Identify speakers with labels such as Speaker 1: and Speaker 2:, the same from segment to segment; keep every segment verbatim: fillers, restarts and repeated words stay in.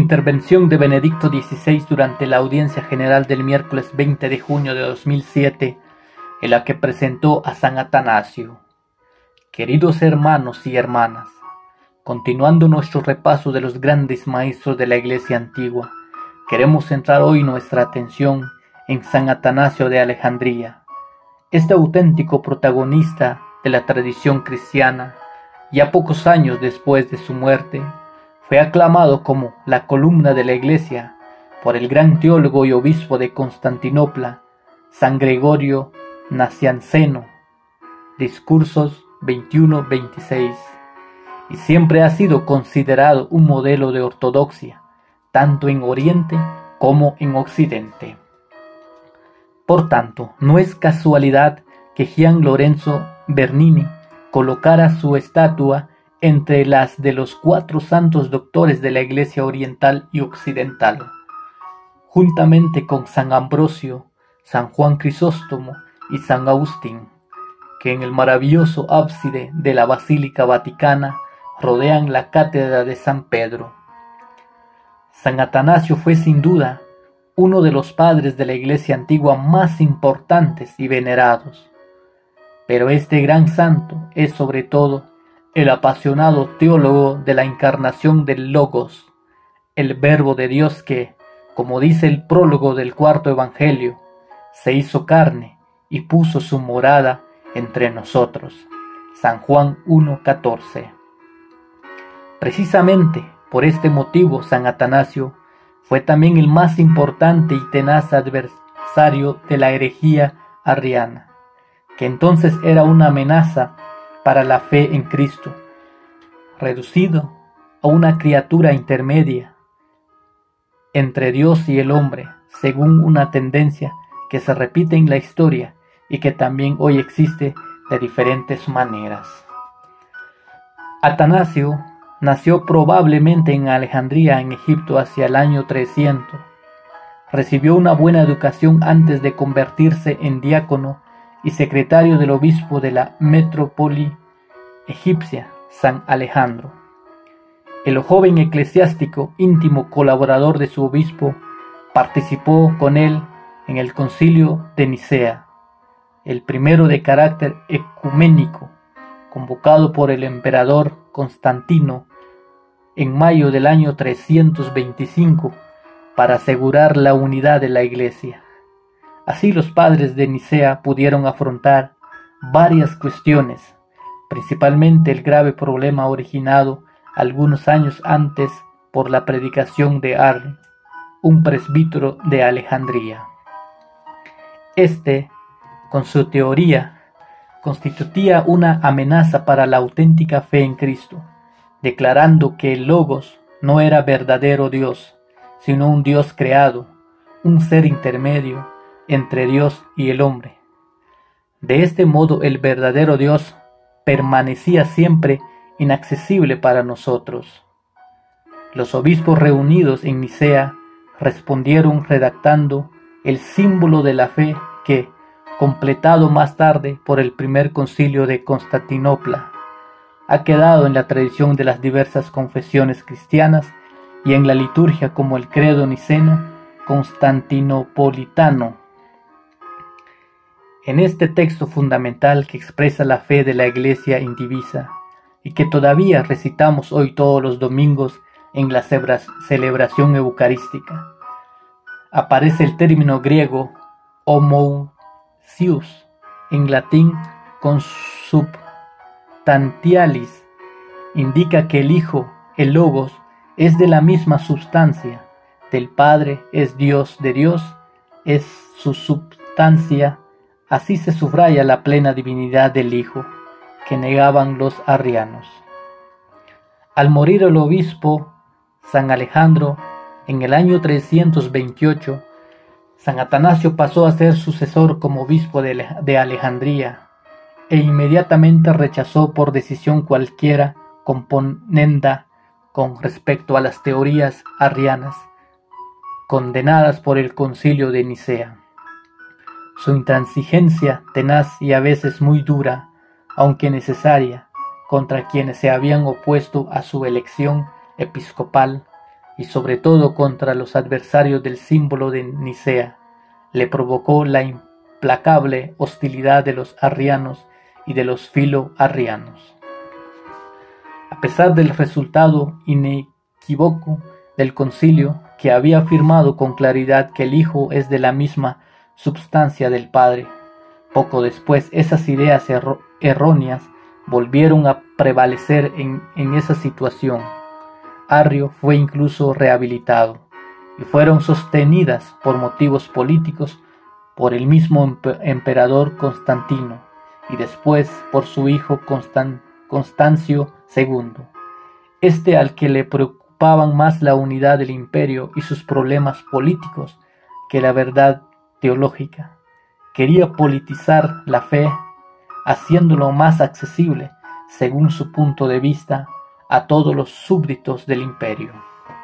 Speaker 1: Intervención de Benedicto dieciséis durante la audiencia general del miércoles veinte de junio de dos mil siete, en la que presentó a San Atanasio. Queridos hermanos y hermanas, continuando nuestro repaso de los grandes maestros de la Iglesia antigua, queremos centrar hoy nuestra atención en San Atanasio de Alejandría. Este auténtico protagonista de la tradición cristiana, ya pocos años después de su muerte, fue aclamado como la columna de la Iglesia por el gran teólogo y obispo de Constantinopla, San Gregorio Nacianceno, Discursos veintiuno veintiséis, y siempre ha sido considerado un modelo de ortodoxia, tanto en Oriente como en Occidente. Por tanto, no es casualidad que Gian Lorenzo Bernini colocara su estatua entre las de los cuatro santos doctores de la Iglesia oriental y occidental, juntamente con San Ambrosio, San Juan Crisóstomo y San Agustín, que en el maravilloso ábside de la Basílica Vaticana rodean la cátedra de San Pedro. San Atanasio fue sin duda uno de los padres de la Iglesia antigua más importantes y venerados, pero este gran santo es sobre todo el apasionado teólogo de la encarnación del Logos, el Verbo de Dios que, como dice el prólogo del cuarto Evangelio, se hizo carne y puso su morada entre nosotros. San Juan uno catorce. Precisamente por este motivo San Atanasio fue también el más importante y tenaz adversario de la herejía arriana, que entonces era una amenaza para la fe en Cristo, reducido a una criatura intermedia entre Dios y el hombre, según una tendencia que se repite en la historia y que también hoy existe de diferentes maneras. Atanasio nació probablemente en Alejandría, en Egipto, hacia el año trescientos. Recibió una buena educación antes de convertirse en diácono y secretario del obispo de la metrópoli egipcia, San Alejandro. El joven eclesiástico, íntimo colaborador de su obispo, participó con él en el concilio de Nicea, el primero de carácter ecuménico, convocado por el emperador Constantino en mayo del año trescientos veinticinco para asegurar la unidad de la Iglesia. Así los padres de Nicea pudieron afrontar varias cuestiones, principalmente el grave problema originado algunos años antes por la predicación de Arne, un presbítero de Alejandría. Este, con su teoría, constituía una amenaza para la auténtica fe en Cristo, declarando que el Logos no era verdadero Dios, sino un Dios creado, un ser intermedio entre Dios y el hombre. De este modo el verdadero Dios permanecía siempre inaccesible para nosotros. Los obispos reunidos en Nicea respondieron redactando el símbolo de la fe que, completado más tarde por el primer concilio de Constantinopla, ha quedado en la tradición de las diversas confesiones cristianas y en la liturgia como el credo niceno constantinopolitano. En este texto fundamental que expresa la fe de la Iglesia indivisa y que todavía recitamos hoy todos los domingos en la celebración eucarística, aparece el término griego homoousios, en latín consubstantialis, indica que el Hijo, el Logos, es de la misma sustancia del Padre, es Dios de Dios, es su substancia. Así se subraya la plena divinidad del Hijo, que negaban los arrianos. Al morir el obispo San Alejandro en el año trescientos veintiocho, San Atanasio pasó a ser sucesor como obispo de Alejandría e inmediatamente rechazó por decisión cualquiera componenda con respecto a las teorías arrianas, condenadas por el concilio de Nicea. Su intransigencia tenaz y a veces muy dura, aunque necesaria, contra quienes se habían opuesto a su elección episcopal, y sobre todo contra los adversarios del símbolo de Nicea, le provocó la implacable hostilidad de los arrianos y de los filo-arrianos. A pesar del resultado inequívoco del concilio, que había afirmado con claridad que el Hijo es de la misma substancia del Padre, poco después esas ideas erro- erróneas volvieron a prevalecer en, en esa situación. Arrio fue incluso rehabilitado, y fueron sostenidas por motivos políticos por el mismo empe- emperador Constantino, y después por su hijo Constan- Constancio segundo, este al que le preocupaban más la unidad del imperio y sus problemas políticos que la verdad teológica. Quería politizar la fe, haciéndolo más accesible, según su punto de vista, a todos los súbditos del imperio.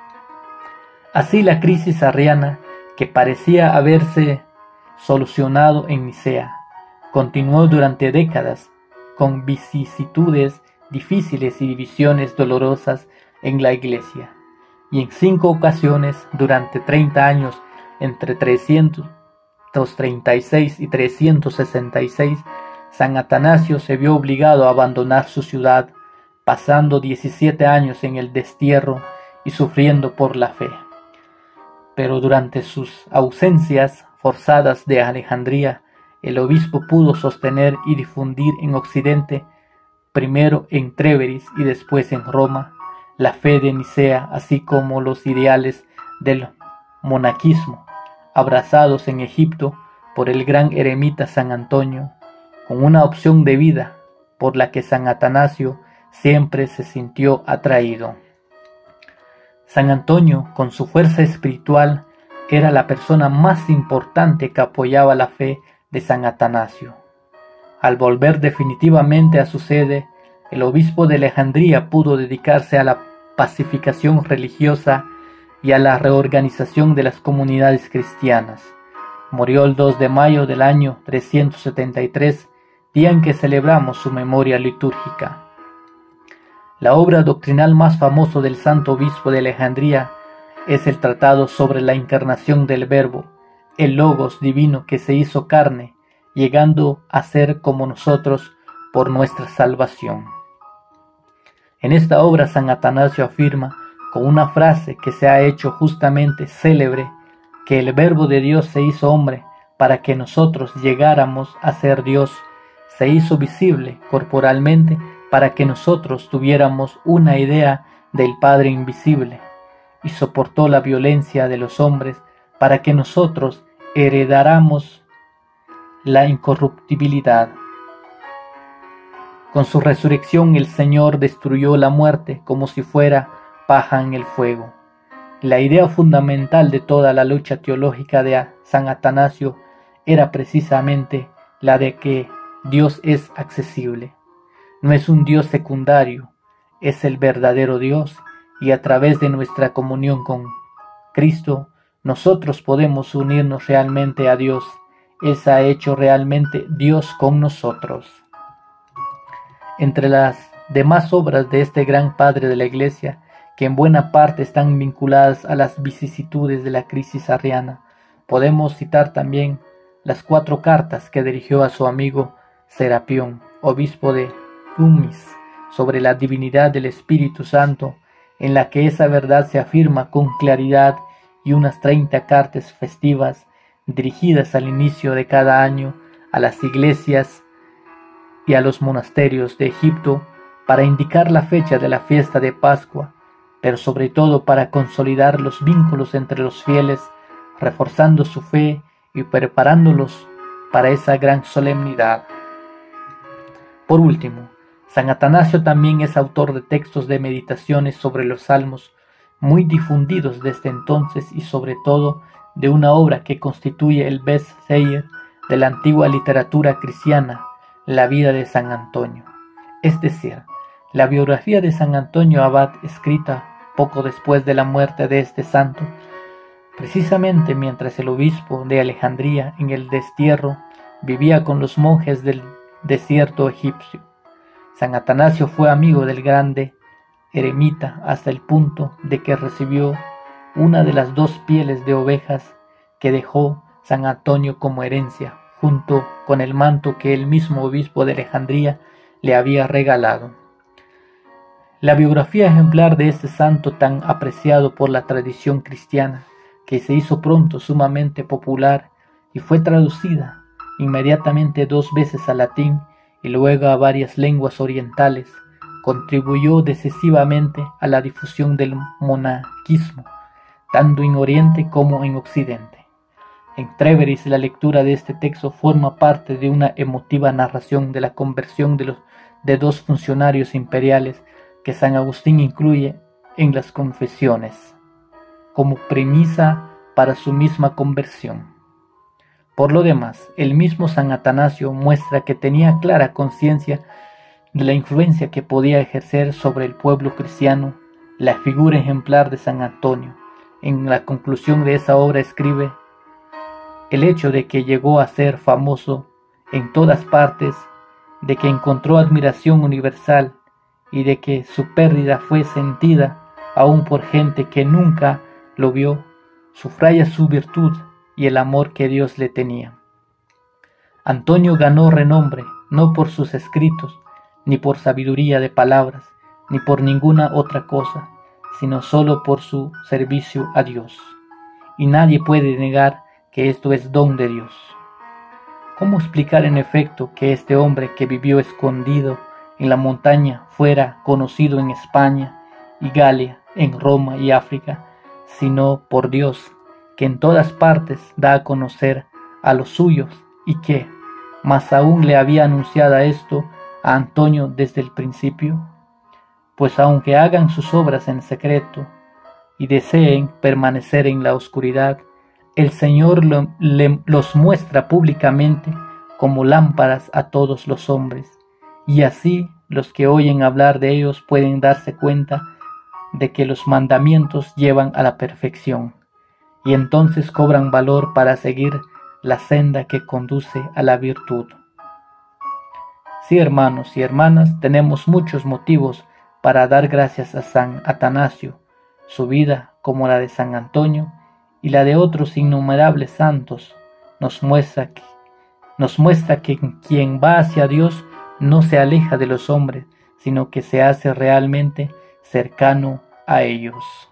Speaker 1: Así la crisis arriana, que parecía haberse solucionado en Nicea, continuó durante décadas, con vicisitudes difíciles y divisiones dolorosas en la Iglesia, y en cinco ocasiones durante treinta años, entre trescientos treinta y seis y trescientos sesenta y seis, San Atanasio se vio obligado a abandonar su ciudad, pasando diecisiete años en el destierro y sufriendo por la fe. Pero durante sus ausencias forzadas de Alejandría, el obispo pudo sostener y difundir en Occidente, primero en Tréveris y después en Roma, la fe de Nicea, así como los ideales del monaquismo, abrazados en Egipto por el gran eremita San Antonio, con una opción de vida por la que San Atanasio siempre se sintió atraído. San Antonio, con su fuerza espiritual, era la persona más importante que apoyaba la fe de San Atanasio. Al volver definitivamente a su sede, el obispo de Alejandría pudo dedicarse a la pacificación religiosa y a la reorganización de las comunidades cristianas. Murió el dos de mayo del año trescientos setenta y tres, día en que celebramos su memoria litúrgica. La obra doctrinal más famosa del santo obispo de Alejandría es el tratado sobre la encarnación del Verbo, el Logos divino que se hizo carne, llegando a ser como nosotros por nuestra salvación. En esta obra San Atanasio afirma, con una frase que se ha hecho justamente célebre, que el Verbo de Dios se hizo hombre para que nosotros llegáramos a ser Dios, se hizo visible corporalmente para que nosotros tuviéramos una idea del Padre invisible, y soportó la violencia de los hombres para que nosotros heredáramos la incorruptibilidad. Con su resurrección el Señor destruyó la muerte como si fuera paja en el fuego. La idea fundamental de toda la lucha teológica de San Atanasio era precisamente la de que Dios es accesible. No es un Dios secundario, es el verdadero Dios, y a través de nuestra comunión con Cristo, nosotros podemos unirnos realmente a Dios. Él se ha hecho realmente Dios con nosotros. Entre las demás obras de este gran padre de la Iglesia, que en buena parte están vinculadas a las vicisitudes de la crisis arriana, podemos citar también las cuatro cartas que dirigió a su amigo Serapión, obispo de Quilmes, sobre la divinidad del Espíritu Santo, en la que esa verdad se afirma con claridad, y unas treinta cartas festivas dirigidas al inicio de cada año a las iglesias y a los monasterios de Egipto para indicar la fecha de la fiesta de Pascua, pero sobre todo para consolidar los vínculos entre los fieles, reforzando su fe y preparándolos para esa gran solemnidad. Por último, San Atanasio también es autor de textos de meditaciones sobre los salmos, muy difundidos desde entonces, y sobre todo de una obra que constituye el best-seller de la antigua literatura cristiana, La vida de San Antonio, es decir, la biografía de San Antonio Abad, escrita poco después de la muerte de este santo, precisamente mientras el obispo de Alejandría, en el destierro, vivía con los monjes del desierto egipcio. San Atanasio fue amigo del grande eremita hasta el punto de que recibió una de las dos pieles de ovejas que dejó San Antonio como herencia, junto con el manto que el mismo obispo de Alejandría le había regalado. La biografía ejemplar de este santo tan apreciado por la tradición cristiana, que se hizo pronto sumamente popular y fue traducida inmediatamente dos veces al latín y luego a varias lenguas orientales, contribuyó decisivamente a la difusión del monaquismo, tanto en Oriente como en Occidente. En Tréveris la lectura de este texto forma parte de una emotiva narración de la conversión de, los, de dos funcionarios imperiales que San Agustín incluye en las Confesiones, como premisa para su misma conversión. Por lo demás, el mismo San Atanasio muestra que tenía clara conciencia de la influencia que podía ejercer sobre el pueblo cristiano la figura ejemplar de San Antonio. En la conclusión de esa obra escribe: el hecho de que llegó a ser famoso en todas partes, de que encontró admiración universal y de que su pérdida fue sentida aún por gente que nunca lo vio, subraya su virtud y el amor que Dios le tenía. Antonio ganó renombre no por sus escritos, ni por sabiduría de palabras, ni por ninguna otra cosa, sino solo por su servicio a Dios. Y nadie puede negar que esto es don de Dios. ¿Cómo explicar en efecto que este hombre que vivió escondido en la montaña fuera conocido en España y Galia, en Roma y África, sino por Dios, que en todas partes da a conocer a los suyos y que, más aún le había anunciado esto a Antonio desde el principio? Pues aunque hagan sus obras en secreto y deseen permanecer en la oscuridad, el Señor lo, le, los muestra públicamente como lámparas a todos los hombres, y así los que oyen hablar de ellos pueden darse cuenta de que los mandamientos llevan a la perfección, y entonces cobran valor para seguir la senda que conduce a la virtud. Sí, hermanos y hermanas, tenemos muchos motivos para dar gracias a San Atanasio. Su vida, como la de San Antonio y la de otros innumerables santos, nos muestra que, nos muestra que quien va hacia Dios no se aleja de los hombres, sino que se hace realmente cercano a ellos.